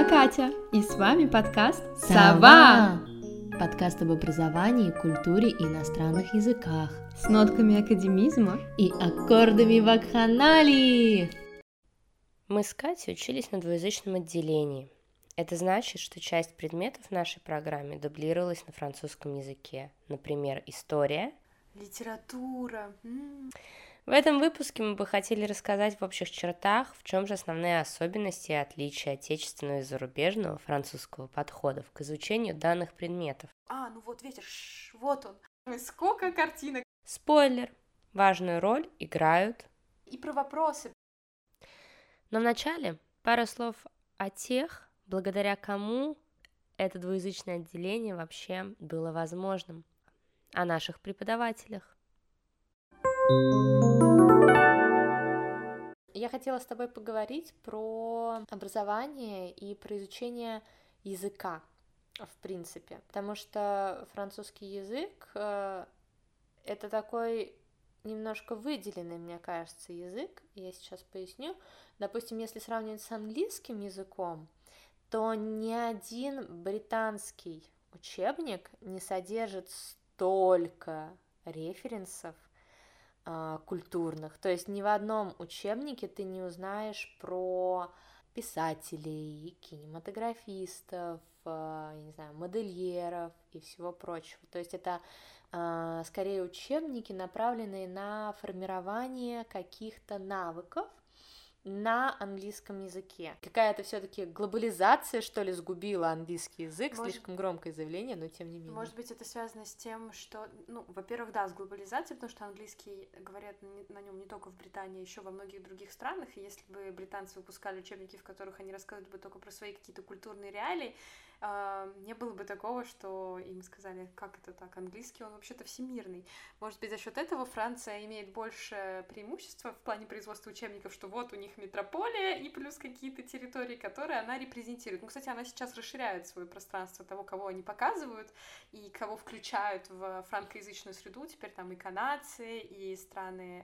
Катя, и с вами подкаст «Сова». Подкаст об образовании, культуре и иностранных языках. С нотками академизма и аккордами вакханалии. Мы с Катей учились на двуязычном отделении. Это значит, что часть предметов в нашей программе дублировалась на французском языке. Например, история, литература. В этом выпуске мы бы хотели рассказать в общих чертах, в чем же основные особенности и отличия отечественного и зарубежного французского подходов к изучению данных предметов. Ну вот ветер, вот он. Сколько картинок. Спойлер. Важную роль играют. И про вопросы. Но вначале пара слов о тех, благодаря кому это двуязычное отделение вообще было возможным, о наших преподавателях. Я хотела с тобой поговорить про образование и про изучение языка, в принципе, потому что французский язык это такой немножко выделенный, мне кажется, язык. Я сейчас поясню. Допустим, если сравнивать с английским языком, то ни один британский учебник не содержит столько референсов культурных. То есть ни в одном учебнике ты не узнаешь про писателей, кинематографистов, я не знаю, модельеров и всего прочего. То есть это скорее учебники, направленные на формирование каких-то навыков на английском языке. Какая-то все-таки глобализация, что ли, сгубила английский язык, слишком громкое заявление, но тем не менее. Может быть, это связано с тем, что, во-первых, да, с глобализацией, потому что английский говорят на нем не только в Британии, а еще во многих других странах, и если бы британцы выпускали учебники, в которых они рассказывали бы только про свои какие-то культурные реалии, не было бы такого, что им сказали, как это так, английский, он вообще-то всемирный. Может быть, за счет этого Франция имеет больше преимущества в плане производства учебников, что вот у них метрополия и плюс какие-то территории, которые она репрезентирует. Кстати, она сейчас расширяет свое пространство того, кого они показывают и кого включают в франкоязычную среду. Теперь там и канадцы, и страны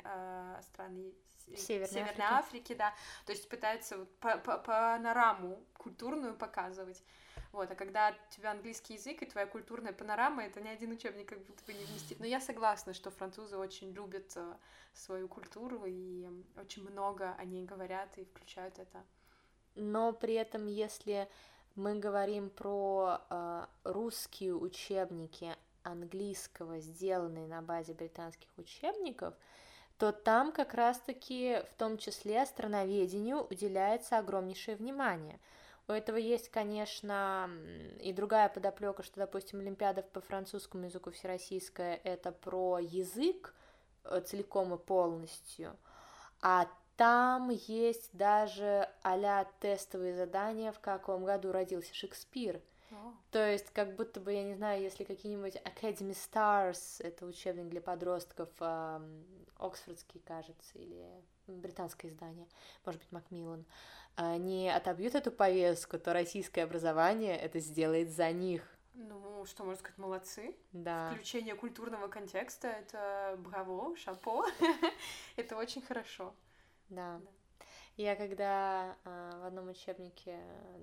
Северной Африки, да. То есть пытаются панораму культурную показывать. Вот, а когда у тебя английский язык и твоя культурная панорама, это ни один учебник как будто бы не вместит. Но я согласна, что французы очень любят свою культуру и очень много о ней говорят и включают это. Но при этом, если мы говорим про русские учебники английского, сделанные на базе британских учебников, то там как раз-таки в том числе страноведению уделяется огромнейшее внимание. У этого есть, конечно, и другая подоплека, что, допустим, Олимпиада по французскому языку всероссийская — это про язык целиком и полностью, а там есть даже а-ля тестовые задания, в каком году родился Шекспир. То есть, как будто бы, я не знаю, если какие-нибудь Academy Stars, это учебник для подростков, оксфордский, кажется, или британское издание, может быть, Макмиллан, не отобьют эту повестку, то российское образование это сделает за них. Что можно сказать, молодцы. Да. Включение культурного контекста, это браво, шапо, это очень хорошо. Да. Я когда в одном учебнике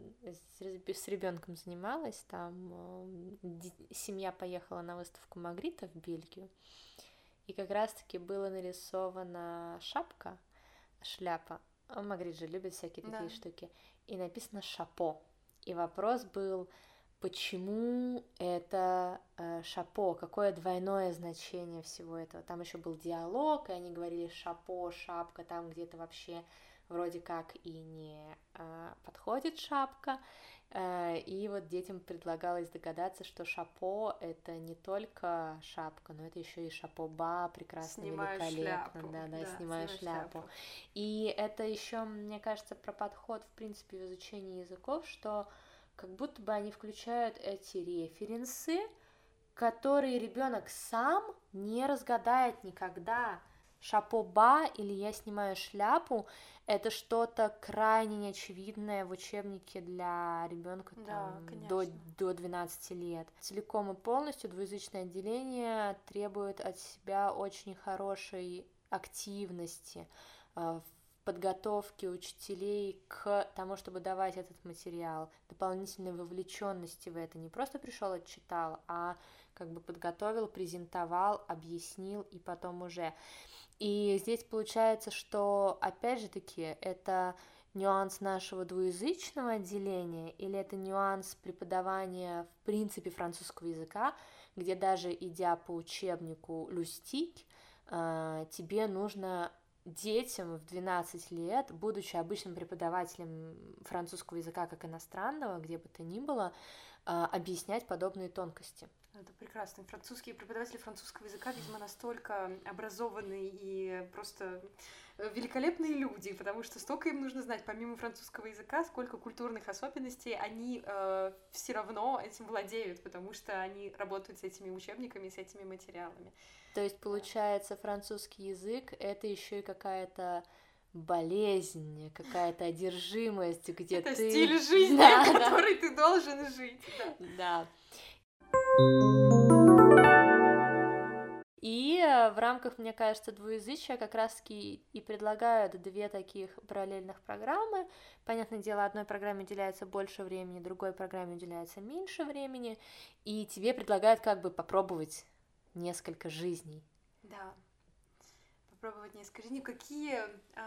с ребенком занималась, там семья поехала на выставку Магрита в Бельгию, и как раз-таки была нарисована шляпа. Магрит же любит всякие такие штуки. И написано «шапо». И вопрос был, почему это шапо, какое двойное значение всего этого. Там еще был диалог, и они говорили «шапо», «шапка», там где-то вообще вроде как и не подходит шапка. И вот детям предлагалось догадаться, что шапо — это не только шапка, но это еще и шапо-ба, прекрасно, великолепно. Да, снимаю шляпу. И это еще, мне кажется, про подход, в принципе, в изучении языков, что как будто бы они включают эти референсы, которые ребенок сам не разгадает никогда. Шапо-ба или я снимаю шляпу — это что-то крайне неочевидное в учебнике для ребенка до 12 лет. Целиком и полностью двуязычное отделение требует от себя очень хорошей активности в подготовке учителей к тому, чтобы давать этот материал, дополнительной вовлеченности в это. Не просто пришел, отчитал, а как бы подготовил, презентовал, объяснил и потом уже. И здесь получается, что, опять же таки, это нюанс нашего двуязычного отделения или это нюанс преподавания в принципе французского языка, где даже идя по учебнику «Люстик», тебе нужно детям в 12 лет, будучи обычным преподавателем французского языка как иностранного, где бы то ни было, объяснять подобные тонкости. Это прекрасно. Французские преподаватели французского языка, видимо, настолько образованные и просто великолепные люди, потому что столько им нужно знать, помимо французского языка, сколько культурных особенностей, они все равно этим владеют, потому что они работают с этими учебниками, с этими материалами. То есть, получается, французский язык — это еще и какая-то болезнь, какая-то одержимость, где это ты... стиль жизни, который ты должен жить. Да. И в рамках, мне кажется, двуязычия как раз-таки и предлагают две таких параллельных программы. Понятное дело, одной программе уделяется больше времени, другой программе уделяется меньше времени, и тебе предлагают как бы попробовать несколько жизней. Да, попробовать несколько жизней. Какие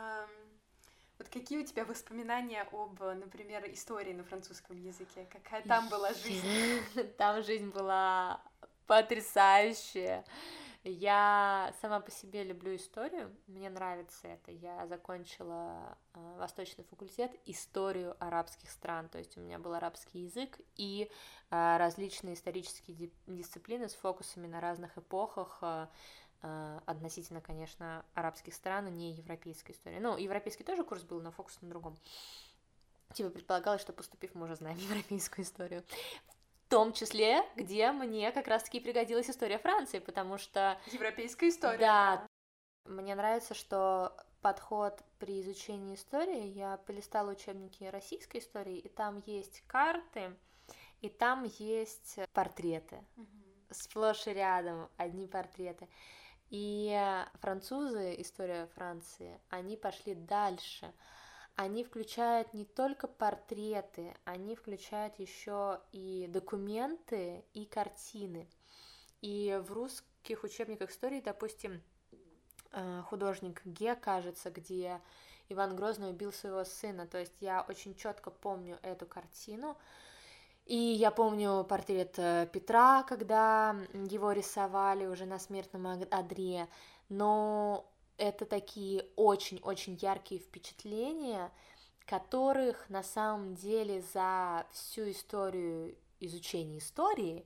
у тебя воспоминания об, например, истории на французском языке? Какая там была жизнь? Там жизнь была потрясающая. Я сама по себе люблю историю, мне нравится это. Я закончила Восточный факультет, историю арабских стран, то есть у меня был арабский язык и различные исторические дисциплины с фокусами на разных эпохах, относительно, конечно, арабских стран, и не европейской истории. Ну, европейский тоже курс был, но фокус на другом. Типа предполагалось, что поступив, мы уже знаем европейскую историю. В том числе, где мне как раз-таки пригодилась история Франции, потому что... Европейская история. Да. Мне нравится, что подход при изучении истории, я полистала учебники российской истории, и там есть карты, и там есть портреты. Сплошь и рядом одни портреты. И французы, история Франции, они пошли дальше. Они включают не только портреты, они включают еще и документы, и картины. И в русских учебниках истории, допустим, художник Ге, кажется, где Иван Грозный убил своего сына. То есть я очень четко помню эту картину. И я помню портрет Петра, когда его рисовали уже на смертном одре. Но это такие очень-очень яркие впечатления, которых на самом деле за всю историю изучения истории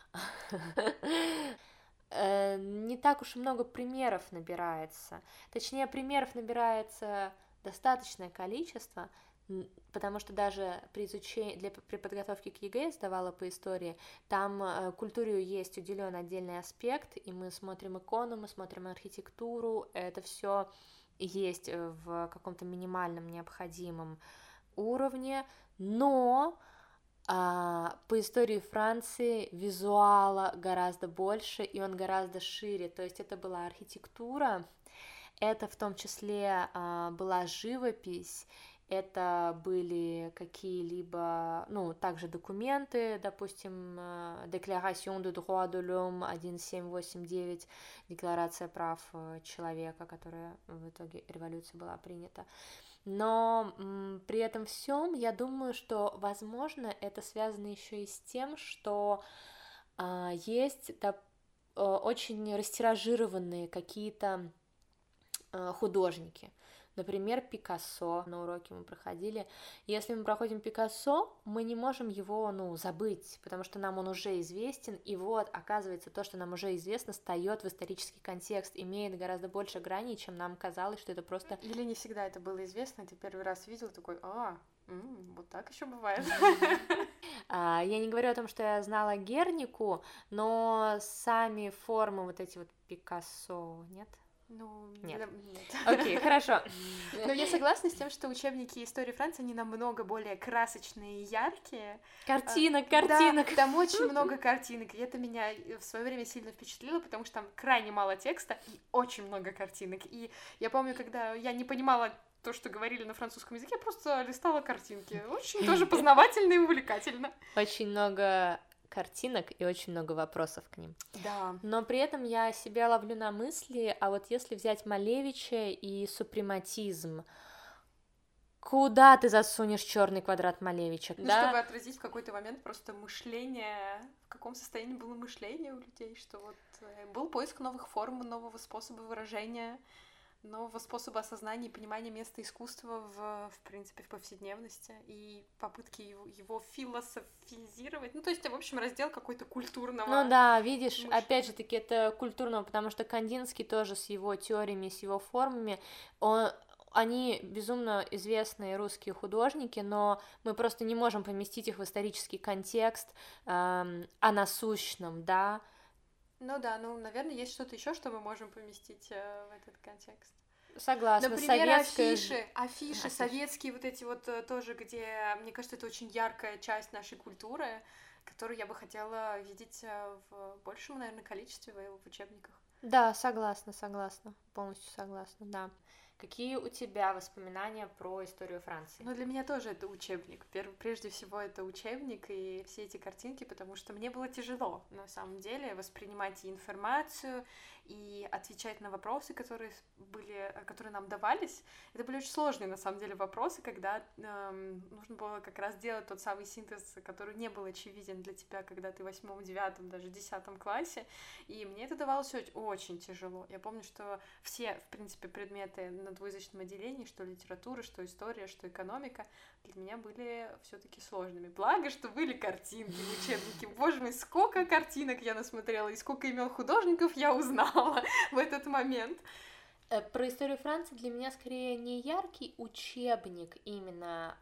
не так уж и много примеров набирается. Точнее, примеров набирается достаточное количество, потому что даже при подготовке к ЕГЭ я сдавала по истории, там культуре есть уделен отдельный аспект, и мы смотрим икону, мы смотрим архитектуру, это все есть в каком-то минимальном необходимом уровне, но по истории Франции визуала гораздо больше, и он гораздо шире, то есть это была архитектура, это в том числе была живопись, это были какие-либо, также документы, допустим, Déclaration des droits de l'homme 1789, Декларация прав человека, которая в итоге революции была принята. Но при этом всем я думаю, что, возможно, это связано еще и с тем, что есть очень растиражированные какие-то художники. Например, Пикассо, на уроке мы проходили. Если мы проходим Пикассо, мы не можем его, забыть, потому что нам он уже известен, и вот, оказывается, то, что нам уже известно, встает в исторический контекст, имеет гораздо больше граней, чем нам казалось, что это просто... Или не всегда это было известно, ты первый раз видел, такой, вот так еще бывает. Я не говорю о том, что я знала Гернику, но сами формы вот эти вот Пикассо, нет? Нет. Окей, хорошо. Но я согласна с тем, что учебники истории Франции, они намного более красочные и яркие. Картинок. Да, там очень много картинок, и это меня в свое время сильно впечатлило, потому что там крайне мало текста и очень много картинок. И я помню, когда я не понимала то, что говорили на французском языке, я просто листала картинки. Очень тоже познавательно и увлекательно. Очень много картинок и очень много вопросов к ним. Да. Но при этом я себя ловлю на мысли, а вот если взять Малевича и супрематизм, куда ты засунешь черный квадрат Малевича? Ну, да? чтобы отразить в какой-то момент просто мышление, в каком состоянии было мышление у людей, что вот был поиск новых форм, нового способа выражения, нового способа осознания и понимания места искусства в принципе, в повседневности, и попытки его философизировать. Ну, то есть, в общем, раздел какой-то культурного. Ну да, видишь, опять же таки, это культурного, потому что Кандинский тоже с его теориями, с его формами, они безумно известные русские художники, но мы просто не можем поместить их в исторический контекст о насущном, да. Ну да, наверное, есть что-то еще, что мы можем поместить в этот контекст. Согласна. Например, афиши советские вот эти вот тоже, где, мне кажется, это очень яркая часть нашей культуры, которую я бы хотела видеть в большем, наверное, количестве в учебниках. Да, согласна, полностью согласна, да. Какие у тебя воспоминания про историю Франции? Ну, для меня тоже это учебник. Прежде всего, это учебник и все эти картинки, потому что мне было тяжело, на самом деле, воспринимать и информацию, и отвечать на вопросы, которые нам давались. Это были очень сложные, на самом деле, вопросы, когда нужно было как раз делать тот самый синтез, который не был очевиден для тебя, когда ты в 8, 9, даже 10 классе, и мне это давалось очень тяжело. Я помню, что все, в принципе, предметы на двуязычном отделении, что литература, что история, что экономика, для меня были все-таки сложными. Благо, что были картинки в учебнике. Боже мой, сколько картинок я насмотрела, и сколько имен художников я узнала в этот момент. Про историю Франции для меня скорее не яркий учебник именно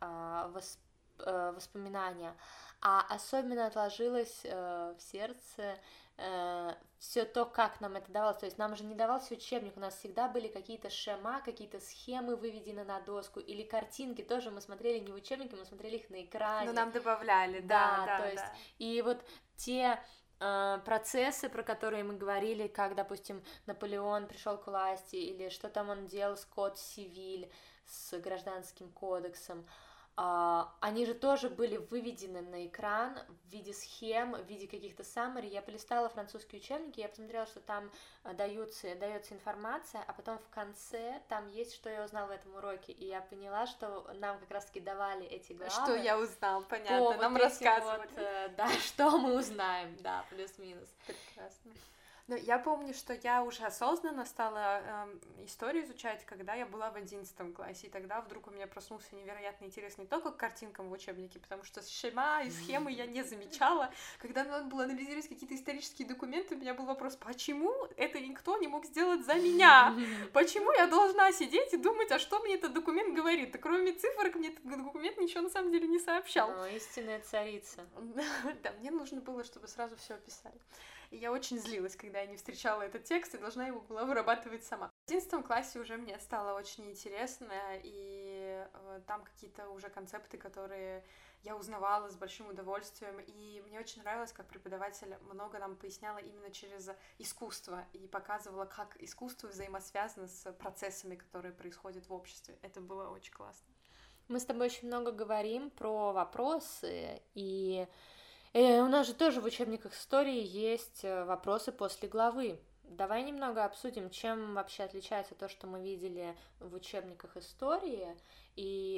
воспоминания, а особенно отложилось в сердце все то, как нам это давалось. То есть нам же не давался учебник, у нас всегда были какие-то шема, какие-то схемы выведены на доску, или картинки тоже мы смотрели не в учебнике, мы смотрели их на экране. Но нам добавляли, да, то есть, и вот те процессы, про которые мы говорили, как, допустим, Наполеон пришел к власти, или что там он делал с Код Сивиль, с Гражданским кодексом, они же тоже были выведены на экран в виде схем, в виде каких-то summary. Я полистала французские учебники, я посмотрела, что там дается информация, а потом в конце там есть, что я узнала в этом уроке, и я поняла, что нам как раз-таки давали эти главы. Что я узнал, понятно, нам рассказывали. Да, что мы узнаем, да, плюс-минус. Прекрасно. Ну, я помню, что я уже осознанно стала историю изучать, когда я была в 11 классе, и тогда вдруг у меня проснулся невероятный интерес не только к картинкам в учебнике, потому что шема и схемы я не замечала. Когда надо было анализировать какие-то исторические документы, у меня был вопрос, почему это никто не мог сделать за меня? Почему я должна сидеть и думать, а что мне этот документ говорит? Да кроме цифрок мне этот документ ничего на самом деле не сообщал. Истинная царица. Да, мне нужно было, чтобы сразу все описали. И я очень злилась, когда я не встречала этот текст и должна его была вырабатывать сама. В 11 классе уже мне стало очень интересно, и там какие-то уже концепты, которые я узнавала с большим удовольствием, и мне очень нравилось, как преподаватель много нам поясняла именно через искусство и показывала, как искусство взаимосвязано с процессами, которые происходят в обществе. Это было очень классно. Мы с тобой очень много говорим про вопросы, и у нас же тоже в учебниках истории есть вопросы после главы. Давай немного обсудим, чем вообще отличается то, что мы видели в учебниках истории и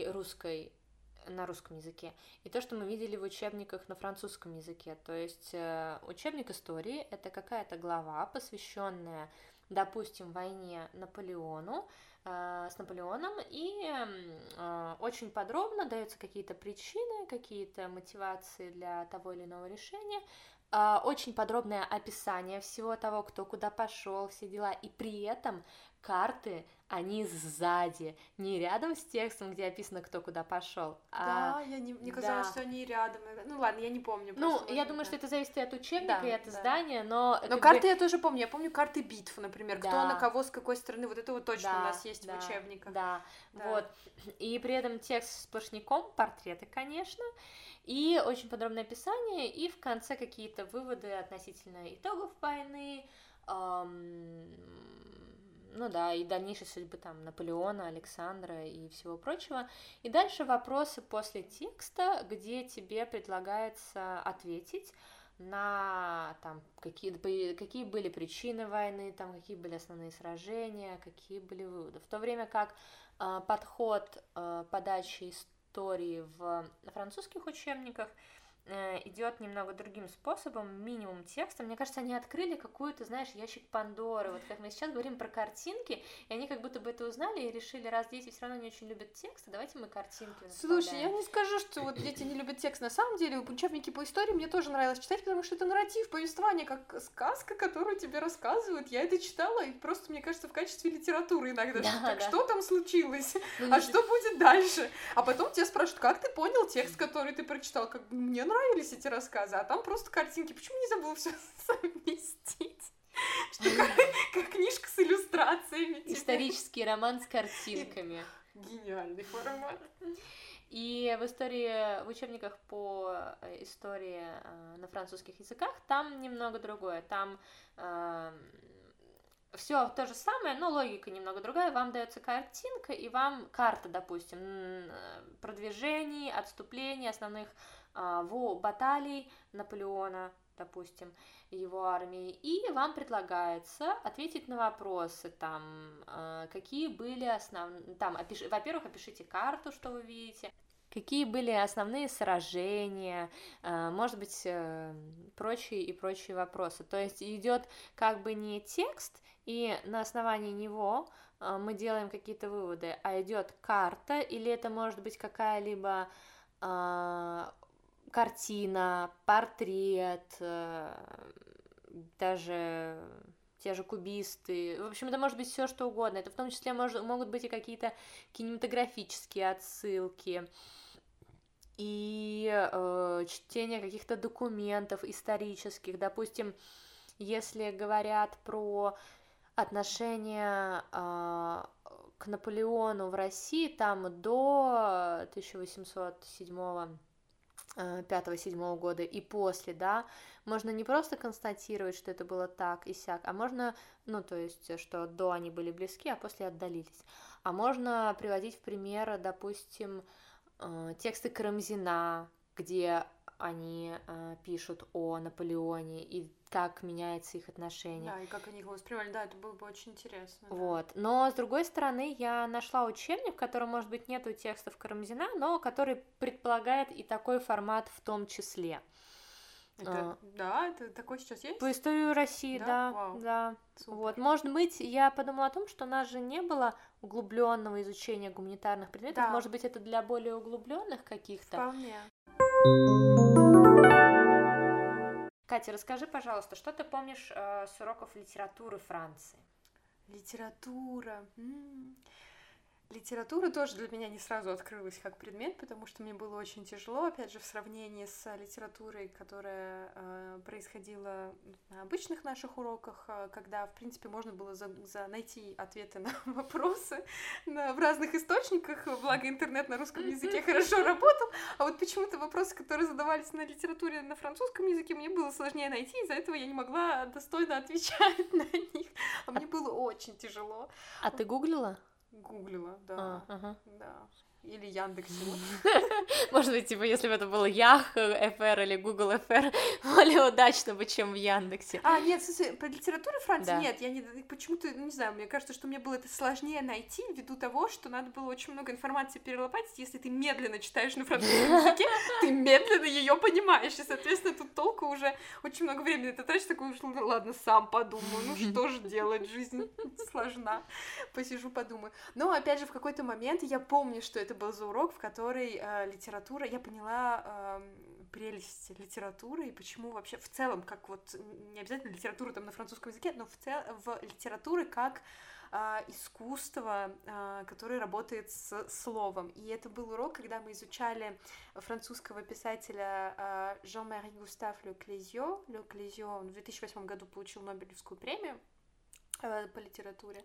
на русском языке, и то, что мы видели в учебниках на французском языке. То есть учебник истории — это какая-то глава, посвященная, допустим, войне с Наполеоном, и очень подробно даются какие-то причины, какие-то мотивации для того или иного решения, очень подробное описание всего того, кто куда пошел, все дела, и при этом карты, они сзади, не рядом с текстом, где описано, кто куда пошел. Да, мне казалось, что они рядом. Ну ладно, я не помню. Я думаю, что это зависит и от учебника, и от издания, но карты я тоже помню. Я помню карты битв, например, кто на кого, с какой стороны. Вот это вот точно у нас есть в учебниках. Да, вот. И при этом текст сплошняком, портреты, конечно, и очень подробное описание, и в конце какие-то выводы относительно итогов войны, ну да, и дальнейшей судьбы там Наполеона, Александра и всего прочего. И дальше вопросы после текста, где тебе предлагается ответить на там, какие были причины войны, там, какие были основные сражения, какие были выводы. В то время как подход подачи истории в французских учебниках идет немного другим способом, минимум текста. Мне кажется, они открыли какую-то, знаешь, ящик Пандоры. Вот как мы сейчас говорим про картинки, и они как будто бы это узнали и решили, раз дети все равно не очень любят текст, давайте мы картинки наставляем. Слушай, я не скажу, что вот дети не любят текст. На самом деле, учебники по истории мне тоже нравилось читать, потому что это нарратив, повествование, как сказка, которую тебе рассказывают. Я это читала, и просто, мне кажется, в качестве литературы иногда. Да, Что там случилось? Ну, А что будет дальше? А потом тебя спрашивают, как ты понял текст, который ты прочитал? Как бы мне нравились эти рассказы, а там просто картинки. Почему нельзя было все совместить? Что как книжка с иллюстрациями. Исторический роман с картинками. Гениальный формат. И в учебниках по истории на французских языках там немного другое. Там все то же самое, но логика немного другая. Вам дается картинка, и вам карта, допустим, продвижений, отступлений, основных баталий Наполеона, допустим, его армии, и вам предлагается ответить на вопросы, там, какие были основные, там, во-первых, опишите карту, что вы видите, какие были основные сражения, может быть, прочие и прочие вопросы. То есть идет как бы не текст, и на основании него мы делаем какие-то выводы, а идет карта, или это может быть какая-либо картина, портрет, даже те же кубисты. В общем, это может быть все что угодно. Это в том числе могут быть и какие-то кинематографические отсылки, и чтение каких-то документов исторических. Допустим, если говорят про отношение к Наполеону в России там до 1807 5-7 года и после, да, можно не просто констатировать, что это было так и сяк, а можно, ну, то есть, что до они были близки, а после отдалились. А можно приводить в пример, допустим, тексты Карамзина, где они пишут о Наполеоне и как меняется их отношение. Да, и как они его воспринимали, да, это было бы очень интересно. Вот. Да. Но, с другой стороны, я нашла учебник, в котором, может быть, нету текстов Карамзина, но который предполагает и такой формат в том числе. Да, это такой сейчас есть? По истории России, да. Вау. Да. Супер. Вот. Может быть, я подумала о том, что у нас же не было углубленного изучения гуманитарных предметов. Да. Может быть, это для более углубленных каких-то. Вполне. Катя, расскажи, пожалуйста, что ты помнишь с уроков литературы Франции? Литература. Литература тоже для меня не сразу открылась как предмет, потому что мне было очень тяжело, опять же, в сравнении с литературой, которая происходила на обычных наших уроках, когда, в принципе, можно было найти ответы на вопросы в разных источниках, благо интернет на русском языке хорошо работал, а вот почему-то вопросы, которые задавались на литературе на французском языке, мне было сложнее найти, из-за этого я не могла достойно отвечать на них, а мне было очень тяжело. А ты гуглила? Гуглила, да. Да. Или Яндексе. Может быть, типа, если бы это был Ях.фр или Google FR, более удачно бы, чем в Яндексе. Нет, слушай, про литературу Франции Да. нет, я почему-то, не знаю, мне кажется, что мне было это сложнее найти, ввиду того, что надо было очень много информации перелопатить, если ты медленно читаешь на французском языке, ты медленно ее понимаешь, и, соответственно, тут толку уже очень много времени ты тратишь, такой, ладно, сам подумаю, ну что же делать, жизнь сложна, посижу, подумаю. Но, опять же, в какой-то момент я помню, что это был за урок, в которой литература, я поняла прелесть литературы и почему вообще в целом, как вот, не обязательно литература там на французском языке, но в литературе как искусство, которое работает с словом. И это был урок, когда мы изучали французского писателя Жан-Мари Густав Ле Клезио. Он в 2008 году получил Нобелевскую премию по литературе.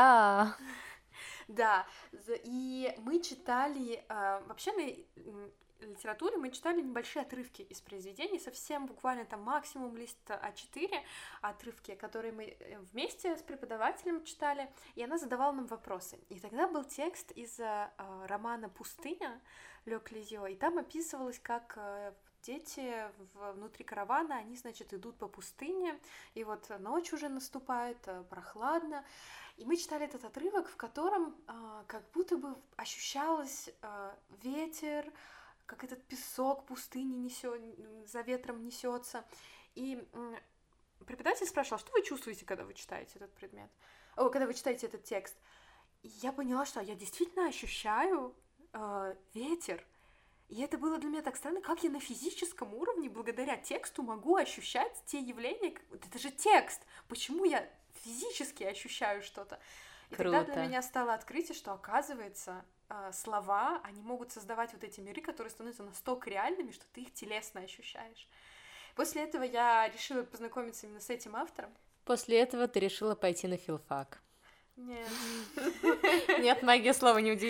О-ля-ля! Да, и мы читали, вообще литературе мы читали небольшие отрывки из произведений, совсем буквально там максимум лист А4, отрывки, которые мы вместе с преподавателем читали, и она задавала нам вопросы. И тогда был текст из романа «Пустыня» Ле Клизио, и там описывалось, как дети внутри каравана, они, значит, идут по пустыне, и вот ночь уже наступает, прохладно, и мы читали этот отрывок, в котором как будто бы ощущалось ветер, как этот песок пустыни за ветром несется. И преподаватель спрашивал, что вы чувствуете, когда вы читаете этот предмет? Когда вы читаете этот текст? И я поняла, что я действительно ощущаю ветер. И это было для меня так странно, как я на физическом уровне благодаря тексту могу ощущать те явления. Это же текст. Почему я физически ощущаю что-то? И Круто. тогда для меня стало открытие, что, оказывается, слова, они могут создавать вот эти миры, которые становятся настолько реальными, что ты их телесно ощущаешь. После этого я решила познакомиться именно с этим автором. После этого ты решила пойти на филфак. Нет. Нет, магия слова не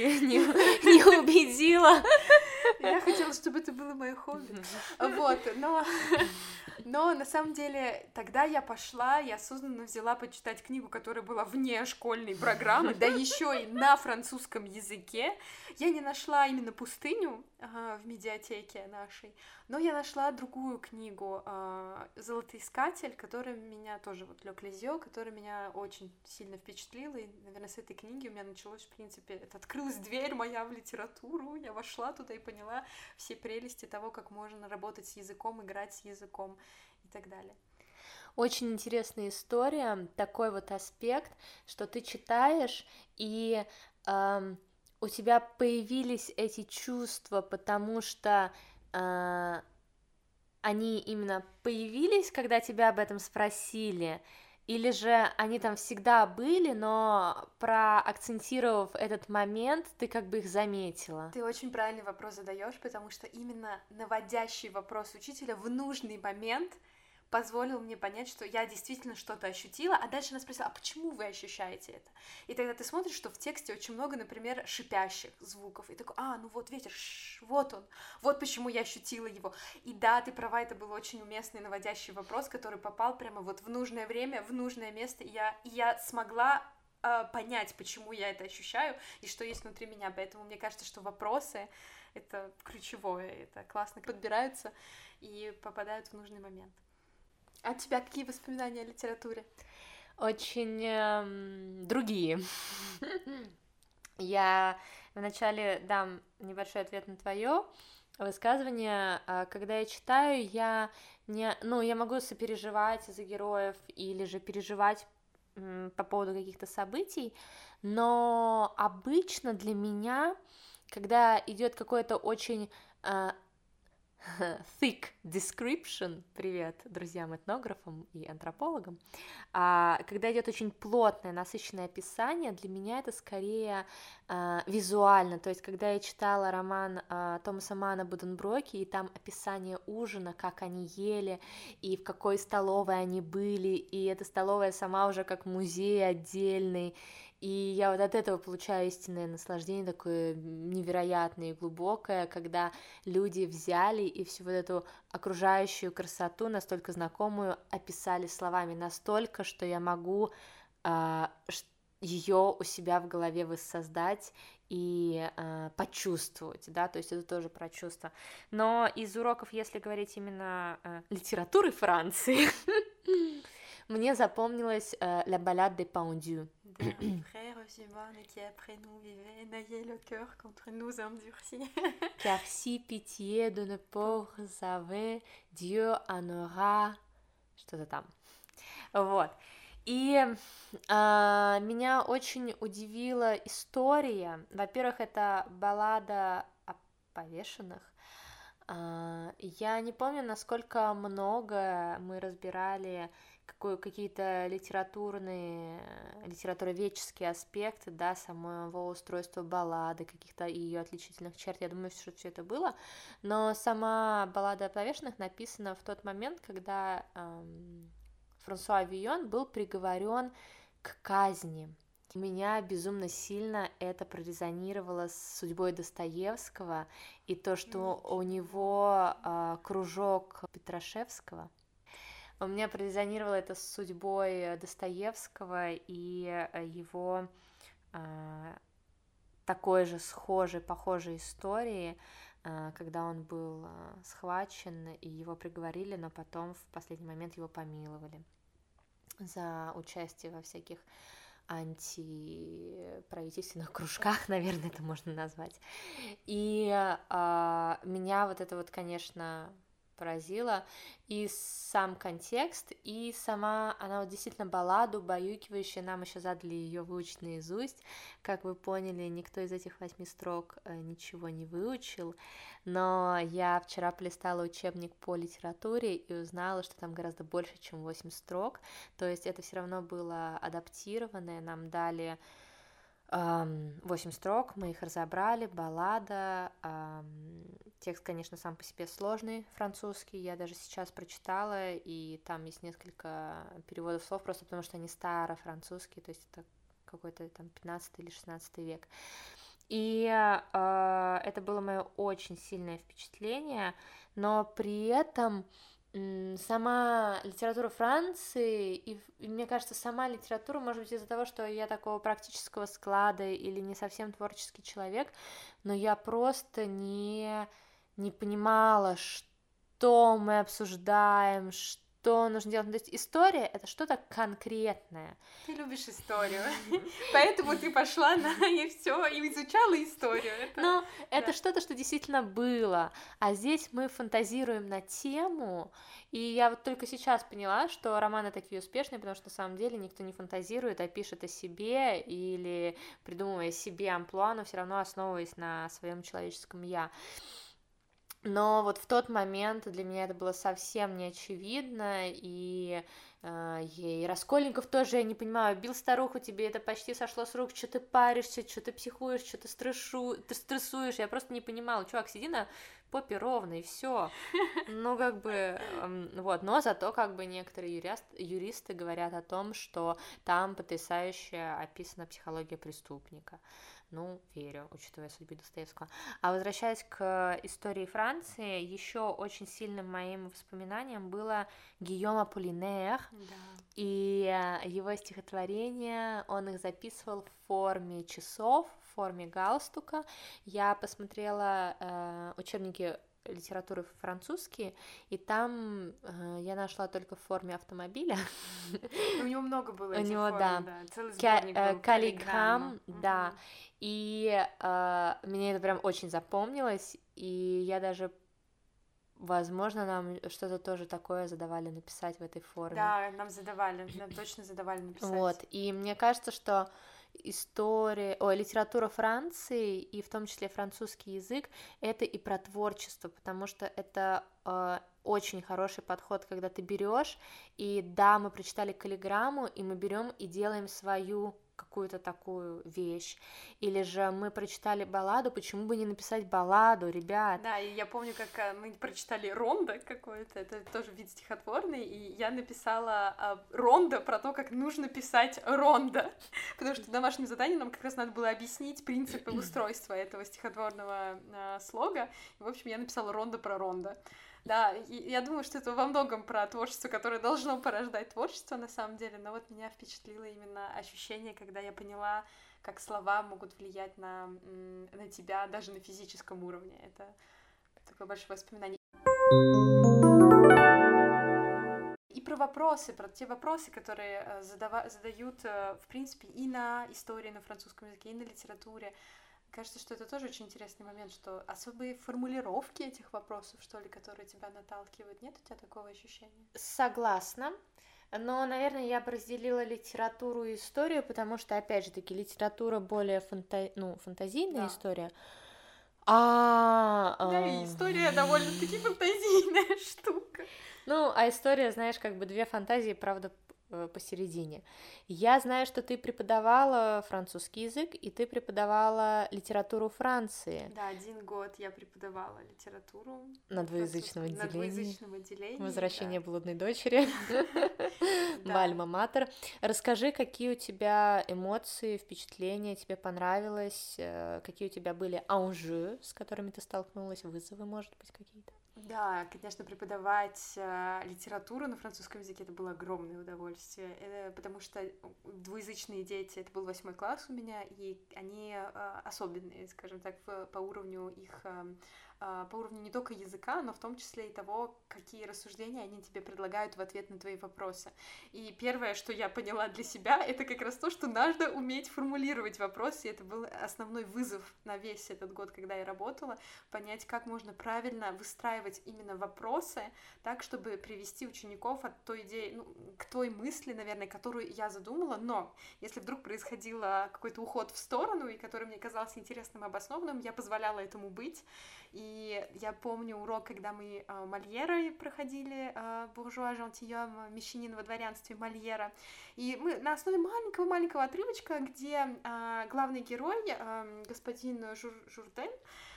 убедила. Я хотела, чтобы это было мое хобби. Вот, но на самом деле тогда я пошла, я осознанно взяла почитать книгу, которая была вне школьной программы, да еще и на французском языке. Я не нашла именно «Пустыню» в медиатеке нашей, но я нашла другую книгу «Золотоискатель», которая меня тоже, вот Ле Клизио, которая меня очень сильно впечатлила, и, наверное, с этой книги у меня началось, в принципе, открылась дверь моя в литературу, я вошла туда и поняла все прелести того, как можно работать с языком, играть с языком и так далее. Очень интересная история, такой вот аспект, что ты читаешь, и у тебя появились эти чувства, потому что они именно появились, когда тебя об этом спросили, или же они там всегда были, но проакцентировав этот момент, ты как бы их заметила? Ты очень правильный вопрос задаешь, потому что именно наводящий вопрос учителя в нужный момент позволил мне понять, что я действительно что-то ощутила, а дальше она спросила, а почему вы ощущаете это? И тогда ты смотришь, что в тексте очень много, например, шипящих звуков, и такой, ну вот ветер, вот он, вот почему я ощутила его. И да, ты права, это был очень уместный наводящий вопрос, который попал прямо вот в нужное время, в нужное место, и я смогла понять, почему я это ощущаю, и что есть внутри меня, поэтому мне кажется, что вопросы — это ключевое, это классно подбираются и попадают в нужный момент. А у тебя какие воспоминания о литературе? Очень другие. Я вначале дам небольшой ответ на твое высказывание. Когда я читаю, я могу сопереживать за героев или же переживать по поводу каких-то событий, но обычно для меня, когда идет какое-то очень thick description, привет друзьям-этнографам и антропологам, когда идет очень плотное, насыщенное описание, для меня это скорее визуально, то есть когда я читала роман Томаса Манна «Буденброки», и там описание ужина, как они ели, и в какой столовой они были, и эта столовая сама уже как музей отдельный, и я вот от этого получаю истинное наслаждение, такое невероятное и глубокое, когда люди взяли и всю вот эту окружающую красоту, настолько знакомую, описали словами, настолько, что я могу ее у себя в голове воссоздать и почувствовать, да, то есть это тоже про чувства. Но из уроков, если говорить именно литературы Франции, мне запомнилась «La balade des pendus». Frères humains qui après nous vivaient, n'ayez le cœur contre nous endurcis. Car si pitié de nos pauvres avait, Dieu en aura... Что-то там. Вот. И меня очень удивила история. Во-первых, это баллада о повешенных. Я не помню, насколько много мы разбирали какие-то литературоведческие аспекты, да, самого устройства баллады, каких-то ее отличительных черт. Я думаю, что все это было, но сама баллада о повешенных написана в тот момент, когда Франсуа Вийон был приговорен к казни. У меня безумно сильно это прорезонировало с судьбой Достоевского и то, что у него кружок Петрашевского. У меня прорезонировало это с судьбой Достоевского и его такой же схожей, похожей истории, когда он был схвачен и его приговорили, но потом в последний момент его помиловали за участие во всяких антиправительственных кружках, наверное, это можно назвать. И меня вот это вот, конечно, поразило, и сам контекст, и сама, она вот действительно балладу, убаюкивающая, нам еще задали ее выучить наизусть, как вы поняли, никто из этих 8 строк ничего не выучил, но я вчера полистала учебник по литературе и узнала, что там гораздо больше, чем 8 строк, то есть это все равно было адаптированное, нам дали 8 строк, мы их разобрали, баллада, текст, конечно, сам по себе сложный, французский, я даже сейчас прочитала, и там есть несколько переводов слов, просто потому что они старо-французские, то есть это какой-то там 15 или 16 век. И это было мое очень сильное впечатление, но при этом сама литература Франции, и мне кажется, сама литература, может быть, из-за того, что я такого практического склада или не совсем творческий человек, но я просто не понимала, что мы обсуждаем, что нужно делать. То есть история — это что-то конкретное. Ты любишь историю, поэтому ты пошла и все, и изучала историю. Но это что-то, что действительно было, а здесь мы фантазируем на тему, и я вот только сейчас поняла, что романы такие успешные, потому что на самом деле никто не фантазирует, а пишет о себе или придумывая себе амплуа, но все равно основываясь на своем человеческом я. Но вот в тот момент для меня это было совсем не очевидно, и Раскольников тоже, я не понимаю, бил старуху, тебе это почти сошло с рук, что ты паришься, что ты психуешь, что ты стрессуешь, я просто не понимала, чувак, сиди на попе ровно, и все. Ну, как бы, вот, но зато, как бы, некоторые юристы говорят о том, что там потрясающе описана психология преступника. Ну, верю, учитывая судьбу Достоевского. А возвращаясь к истории Франции, еще очень сильным моим воспоминанием было Гийом Аполлинер, и его стихотворения, он их записывал в форме часов, в форме галстука. Я посмотрела учебники литературы французские, и там я нашла только в форме автомобиля. У него много было этих форм, да. Целый сборник был. Каллиграмм, да. И мне это прям очень запомнилось, и я даже, возможно, нам что-то тоже такое задавали написать в этой форме. Да, нам точно задавали написать. Вот, и мне кажется, что литература Франции, и в том числе французский язык, это и про творчество, потому что это очень хороший подход, когда ты берешь, и да, мы прочитали каллиграмму, и мы берем и делаем свою какую-то такую вещь, или же мы прочитали балладу, почему бы не написать балладу, ребят? Да, и я помню, как мы прочитали рондо какое-то, это тоже вид стихотворный, и я написала рондо про то, как нужно писать рондо, потому что в домашнем задании нам как раз надо было объяснить принципы устройства этого стихотворного слога, и, в общем, я написала рондо про рондо. Да, и я думаю, что это во многом про творчество, которое должно порождать творчество на самом деле, но вот меня впечатлило именно ощущение, когда я поняла, как слова могут влиять на тебя даже на физическом уровне. Это такое большое воспоминание. И про те вопросы, которые задают, в принципе, и на истории на французском языке, и на литературе. Кажется, что это тоже очень интересный момент, что особые формулировки этих вопросов, что ли, которые тебя наталкивают, нет у тебя такого ощущения? Согласна, но, наверное, я бы разделила литературу и историю, потому что, опять же таки, литература более фантазийная история, Да, и история довольно-таки фантазийная штука. Ну, а история, знаешь, как бы две фантазии, правда, посередине. Я знаю, что ты преподавала французский язык, и ты преподавала литературу Франции. Да, 1 год я преподавала литературу на двуязычном отделении. На двуязычном отделении. Возвращение блудной дочери в альма-матер. Расскажи, какие у тебя эмоции, впечатления, тебе понравилось, какие у тебя были enjeux, с которыми ты столкнулась, вызовы, может быть, какие-то? Да, конечно, преподавать литературу на французском языке это было огромное удовольствие, потому что двуязычные дети, это был 8 класс у меня, и они особенные, скажем так, по уровню их, по уровню не только языка, но в том числе и того, какие рассуждения они тебе предлагают в ответ на твои вопросы. И первое, что я поняла для себя, это как раз то, что надо уметь формулировать вопросы, и это был основной вызов на весь этот год, когда я работала, понять, как можно правильно выстраивать именно вопросы так, чтобы привести учеников от той идеи, ну, к той мысли, наверное, которую я задумала, но если вдруг происходил какой-то уход в сторону, и который мне казался интересным и обоснованным, я позволяла этому быть. И я помню урок, когда мы Мольера проходили, буржуа жентильом, мещанин во дворянстве Мольера, и мы на основе маленького отрывочка, где главный герой, господин Журден,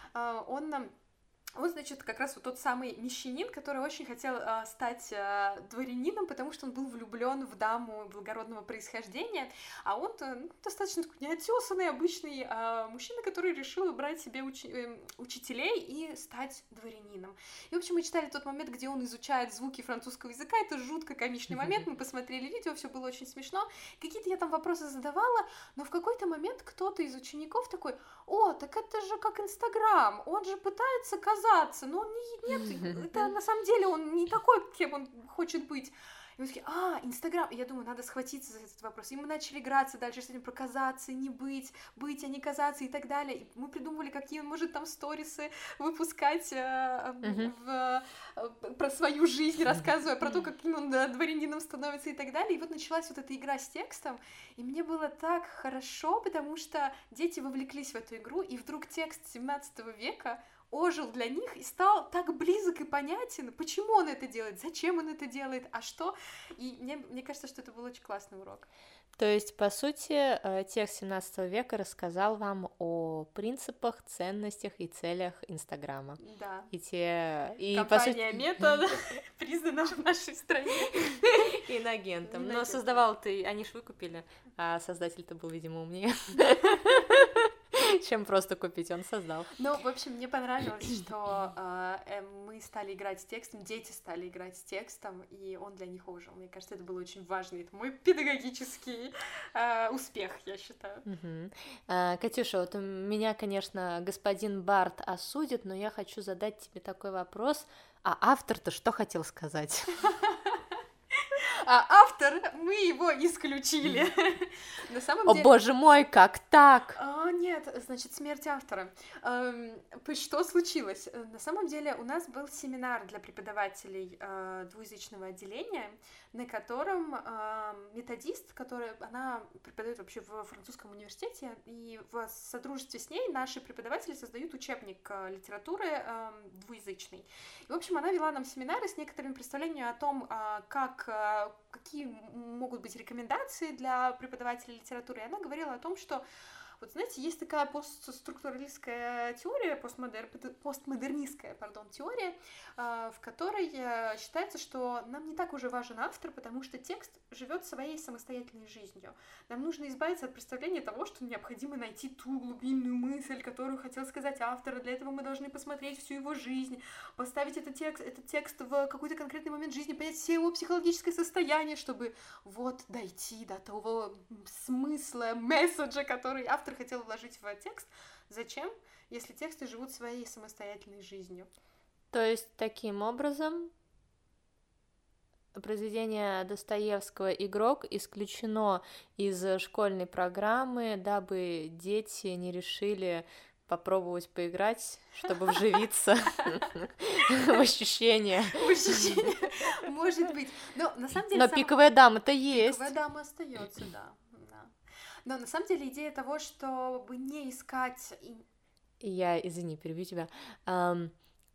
он, значит, как раз вот тот самый мещанин, который очень хотел стать дворянином, потому что он был влюблен в даму благородного происхождения, а он достаточно такой неотесанный, обычный мужчина, который решил брать себе учителей и стать дворянином. И, в общем, мы читали тот момент, где он изучает звуки французского языка, это жутко комичный момент, мы посмотрели видео, все было очень смешно, какие-то я там вопросы задавала, но в какой-то момент кто-то из учеников такой: «О, так это же как Инстаграм, он же пытается казаться, но он нет, это на самом деле он не такой, кем он хочет быть». И мы такие: Инстаграм. И я думаю, надо схватиться за этот вопрос. И мы начали играться дальше с этим про казаться, не быть, быть, а не казаться и так далее. И мы придумывали, какие он может там сторисы выпускать про свою жизнь, рассказывая про то, каким он дворянином становится и так далее. И вот началась вот эта игра с текстом, и мне было так хорошо, потому что дети вовлеклись в эту игру, и вдруг текст 17 века ожил для них и стал так близок и понятен, почему он это делает, зачем он это делает, а что. И мне кажется, что это был очень классный урок. То есть, по сути, текст 17 века рассказал вам о принципах, ценностях и целях Инстаграма. Да. Компания Мета признана в нашей стране иноагентом. Но создавал ты, они ж выкупили, а создатель-то был, видимо, умнее, чем просто купить, он создал. Ну, в общем, мне понравилось, что мы стали играть с текстом, дети стали играть с текстом, и он для них ожил. Мне кажется, это было очень важно, это мой педагогический успех, я считаю. Катюша, вот меня, конечно, господин Барт осудит, но я хочу задать тебе такой вопрос, а автор-то что хотел сказать? А автор, мы его исключили. На самом деле... О, боже мой, как так? Нет, значит, смерть автора. Что случилось? На самом деле у нас был семинар для преподавателей двуязычного отделения, на котором методист, она преподает вообще в французском университете, и в содружестве с ней наши преподаватели создают учебник литературы двуязычный. И, в общем, она вела нам семинары с некоторыми представлениями о том, какие могут быть рекомендации для преподавателей литературы. И она говорила о том, что, вот знаете, есть такая постструктуралистская теория, постмодернистская теория, в которой считается, что нам не так уже важен автор, потому что текст живет своей самостоятельной жизнью. Нам нужно избавиться от представления того, что необходимо найти ту глубинную мысль, которую хотел сказать автор. Для этого мы должны посмотреть всю его жизнь, поставить этот текст в какой-то конкретный момент жизни, понять все его психологическое состояние, чтобы вот дойти до того смысла, месседжа, который автор хотел вложить в текст. Зачем, если тексты живут своей самостоятельной жизнью? То есть, таким образом, произведение Достоевского «Игрок» исключено из школьной программы, дабы дети не решили попробовать поиграть, чтобы вживиться в ощущение. Может быть. Но на самом деле... Но пиковая дама-то есть. Пиковая дама остается, да. Но на самом деле идея того, чтобы не искать... Извини, перебью тебя.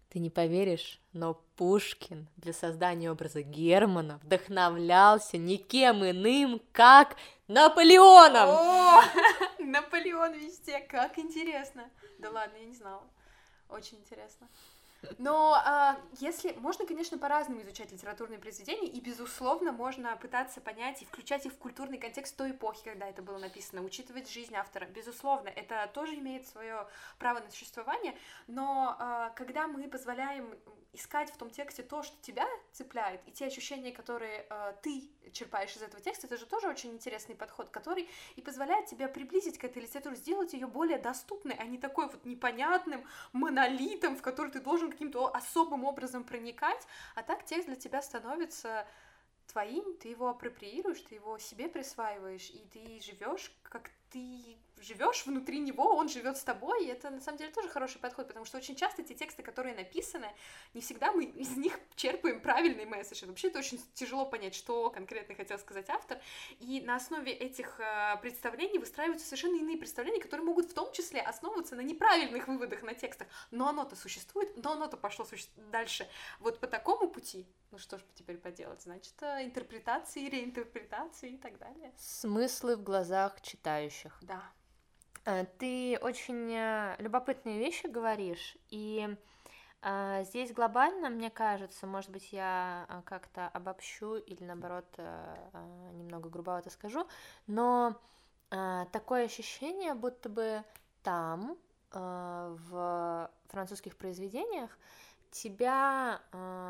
Ты не поверишь, но Пушкин для создания образа Германа вдохновлялся никем иным, как Наполеоном! О, Наполеон везде, как интересно. Да ладно, я не знала. Очень интересно. Но если можно, конечно, по-разному изучать литературные произведения, и, безусловно, можно пытаться понять и включать их в культурный контекст той эпохи, когда это было написано, учитывать жизнь автора. Безусловно, это тоже имеет свое право на существование, но когда мы позволяем искать в том тексте то, что тебя цепляет, и те ощущения, которые ты черпаешь из этого текста, это же тоже очень интересный подход, который и позволяет тебе приблизить к этой литературе, сделать ее более доступной, а не такой вот непонятным монолитом, в который ты должен каким-то особым образом проникать, а так текст для тебя становится твоим, ты его апроприируешь, ты его себе присваиваешь, и ты живешь, как ты живешь внутри него, он живет с тобой, и это на самом деле тоже хороший подход, потому что очень часто те тексты, которые написаны, не всегда мы из них черпаем правильный месседж. Вообще это очень тяжело понять, что конкретно хотел сказать автор, и на основе этих представлений выстраиваются совершенно иные представления, которые могут в том числе основываться на неправильных выводах на текстах, но оно-то существует, но оно-то пошло дальше. Вот по такому пути, ну что ж теперь поделать, значит, интерпретации, реинтерпретации и так далее. Смыслы в глазах читающих. Да. Ты очень любопытные вещи говоришь, и здесь глобально, мне кажется, может быть, я как-то обобщу или, наоборот, немного грубовато скажу, но такое ощущение, будто бы там, в французских произведениях, тебя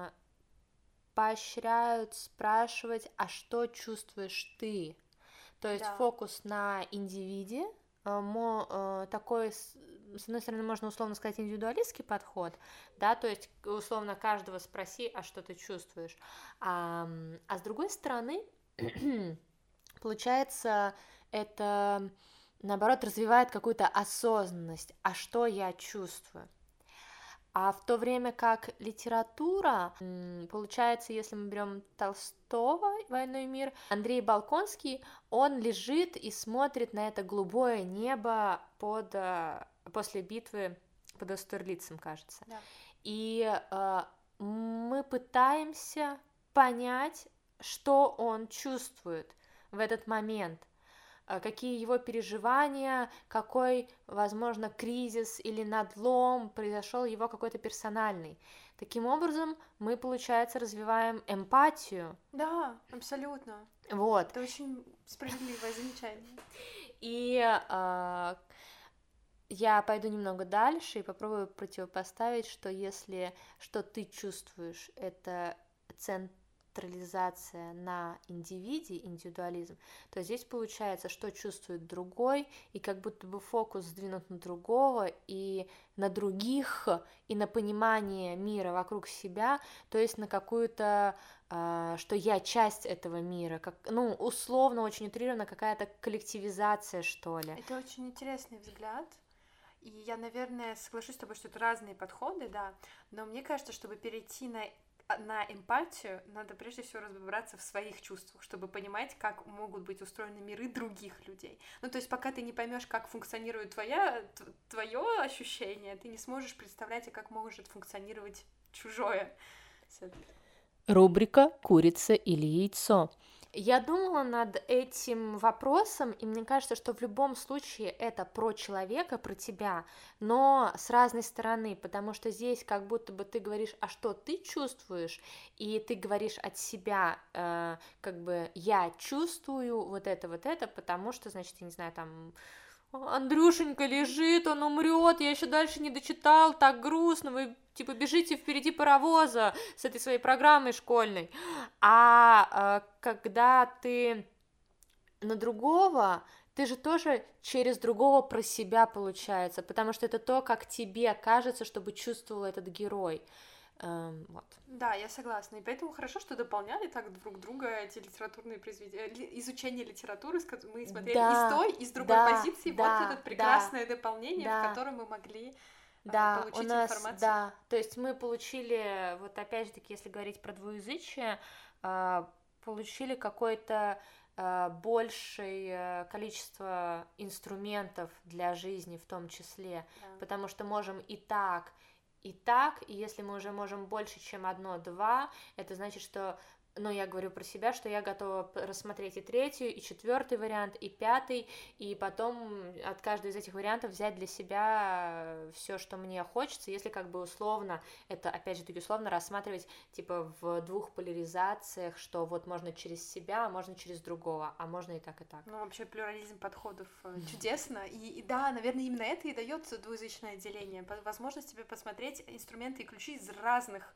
поощряют спрашивать, а что чувствуешь ты? То есть фокус на индивиде, такой, с одной стороны, можно условно сказать, индивидуалистский подход, да, то есть условно каждого спроси, а что ты чувствуешь, а с другой стороны, получается, это, наоборот, развивает какую-то осознанность, а что я чувствую. А в то время как литература, получается, если мы берем Толстого «Войну и мир», Андрей Болконский, он лежит и смотрит на это голубое небо после битвы под Аустерлицем, кажется. Да. И мы пытаемся понять, что он чувствует в этот момент, какие его переживания, какой, возможно, кризис или надлом произошел его какой-то персональный. Таким образом, мы, получается, развиваем эмпатию. Да, абсолютно. Вот. Это очень справедливое замечание. И я пойду немного дальше и попробую противопоставить, что если что ты чувствуешь, это централизация на индивиде, индивидуализм, то здесь получается, что чувствует другой, и как будто бы фокус сдвинут на другого, и на других, и на понимание мира вокруг себя, то есть на какую-то, что я часть этого мира, как, ну, условно, очень утрированно, какая-то коллективизация, что ли. Это очень интересный взгляд. И я, наверное, соглашусь с тобой, что это разные подходы, да, но мне кажется, чтобы перейти на эмпатию, надо прежде всего разобраться в своих чувствах, чтобы понимать, как могут быть устроены миры других людей. Ну, то есть, пока ты не поймешь, как функционирует твое ощущение, ты не сможешь представлять, как может функционировать чужое. Рубрика «Курица или яйцо». Я думала над этим вопросом, и мне кажется, что в любом случае это про человека, про тебя, но с разной стороны, потому что здесь как будто бы ты говоришь, а что ты чувствуешь, и ты говоришь от себя, как бы я чувствую вот это, потому что, значит, я не знаю, там... Андрюшенька лежит, он умрет, я еще дальше не дочитал, так грустно, вы типа бежите впереди паровоза с этой своей программой школьной. А когда ты на другого, ты же тоже через другого про себя получается, потому что это то, как тебе кажется, чтобы чувствовал этот герой. Вот. Да, я согласна. И поэтому хорошо, что дополняли так друг друга эти литературные произведения, изучение литературы, мы смотрели и с той, и с другой позиции. Вот это прекрасное дополнение, в котором мы могли получить информацию. Да, то есть мы получили, вот опять же таки, если говорить про двуязычие, получили какое-то большее количество инструментов для жизни в том числе, потому что можем и так и так, и если мы уже можем больше, чем 1-2, это значит, что, ну, я говорю про себя, что я готова рассмотреть и 3-ю, и 4-й вариант, и 5-й, и потом от каждого из этих вариантов взять для себя все, что мне хочется, если как бы условно, это опять же таки условно рассматривать типа в 2 поляризациях, что вот можно через себя, а можно через другого, а можно и так, и так. Ну, вообще плюрализм подходов чудесно, и да, наверное, именно это и дает двуязычное отделение, возможность тебе посмотреть инструменты и ключи из разных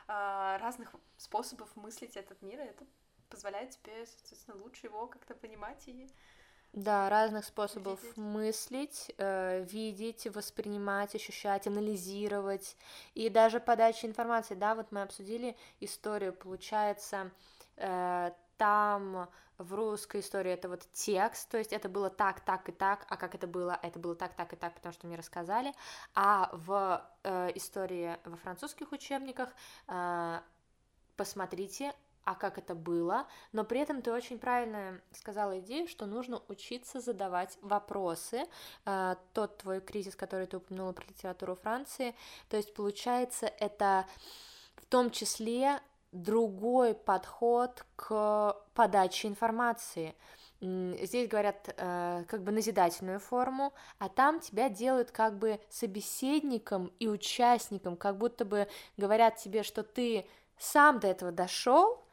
способов мыслить этот мир, и это позволяет тебе, соответственно, лучше его как-то понимать и... Да, разных способов мыслить, видеть, воспринимать, ощущать, анализировать, и даже подача информации, да, вот мы обсудили историю, получается, там в русской истории это вот текст, то есть это было так, так и так, а как это было так, так и так, потому что мне рассказали, а в истории во французских учебниках посмотрите, а как это было, но при этом ты очень правильно сказала идею, что нужно учиться задавать вопросы, тот твой кризис, который ты упомянула про литературу Франции, то есть получается это в том числе другой подход к подаче информации. Здесь говорят как бы назидательную форму, а там тебя делают как бы собеседником и участником, как будто бы говорят тебе, что ты сам до этого дошел,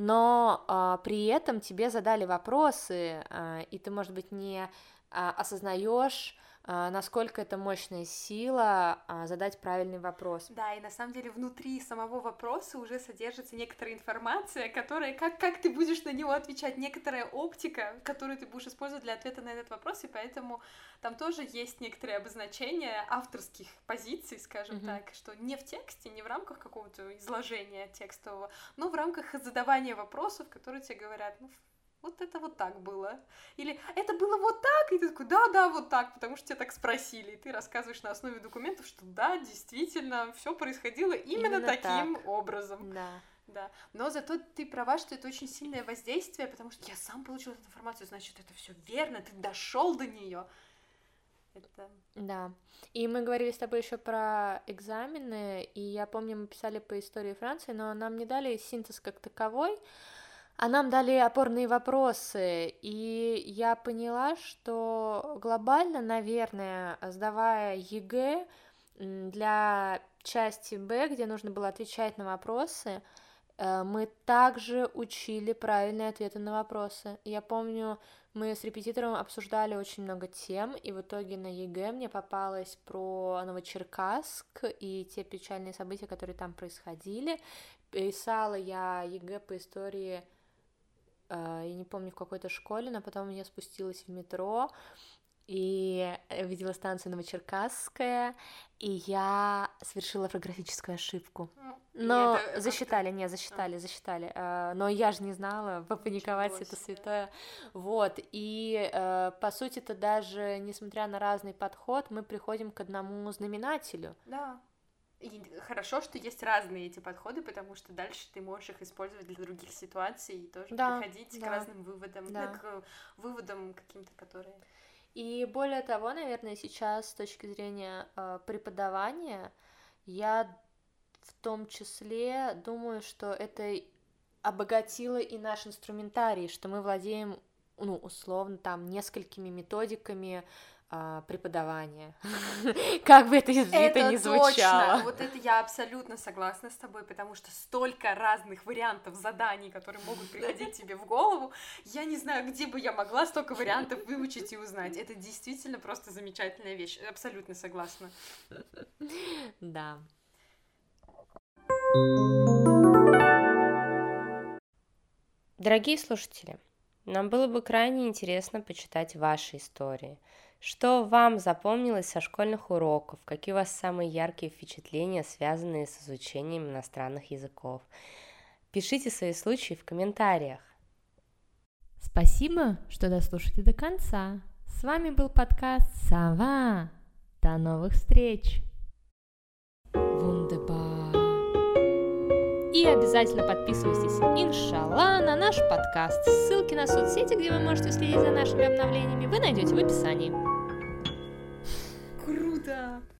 но при этом тебе задали вопросы, и ты, может быть, не осознаешь, насколько это мощная сила задать правильный вопрос. Да, и на самом деле внутри самого вопроса уже содержится некоторая информация, которая, как ты будешь на него отвечать, некоторая оптика, которую ты будешь использовать для ответа на этот вопрос, и поэтому там тоже есть некоторые обозначения авторских позиций, скажем так, что не в тексте, не в рамках какого-то изложения текстового, но в рамках задавания вопросов, которые тебе говорят, ну, вот это вот так было. Или это было вот так, и ты такой, да, вот так, потому что тебя так спросили. И ты рассказываешь на основе документов, что да, действительно, все происходило именно таким образом. Да. Но зато ты права, что это очень сильное воздействие, потому что я сам получил эту информацию, значит, это все верно, ты дошел до нее. Это... Да. И мы говорили с тобой еще про экзамены, и я помню, мы писали по истории Франции, но нам не дали синтез как таковой, а нам дали опорные вопросы, и я поняла, что глобально, наверное, сдавая ЕГЭ для части Б, где нужно было отвечать на вопросы, мы также учили правильные ответы на вопросы. Я помню, мы с репетитором обсуждали очень много тем, и в итоге на ЕГЭ мне попалось про Новочеркасск и те печальные события, которые там происходили. Писала я ЕГЭ по истории, я не помню, в какой-то школе, но потом я спустилась в метро и видела станцию Новочеркасская, и я совершила орфографическую ошибку. Но засчитали. Но я же не знала, попаниковать это святое. Вот, и по сути это даже, несмотря на разный подход, мы приходим к одному знаменателю. Да. И хорошо, что есть разные эти подходы, потому что дальше ты можешь их использовать для других ситуаций и тоже приходить к разным выводам, к выводам каким-то, которые... И более того, наверное, сейчас с точки зрения преподавания, я в том числе думаю, что это обогатило и наш инструментарий, что мы владеем, ну, условно, там, несколькими методиками преподавания. Как бы это ни звучало. Точно. Вот это я абсолютно согласна с тобой, потому что столько разных вариантов заданий, которые могут приходить тебе в голову, я не знаю, где бы я могла столько вариантов выучить и узнать. Это действительно просто замечательная вещь. Абсолютно согласна. Да. Дорогие слушатели, нам было бы крайне интересно почитать ваши истории. Что вам запомнилось со школьных уроков? Какие у вас самые яркие впечатления, связанные с изучением иностранных языков? Пишите свои случаи в комментариях. Спасибо, что дослушали до конца. С вами был подкаст «Сова». До новых встреч! Вундербар! И обязательно подписывайтесь, иншалла, на наш подкаст. Ссылки на соцсети, где вы можете следить за нашими обновлениями, вы найдете в описании. Круто!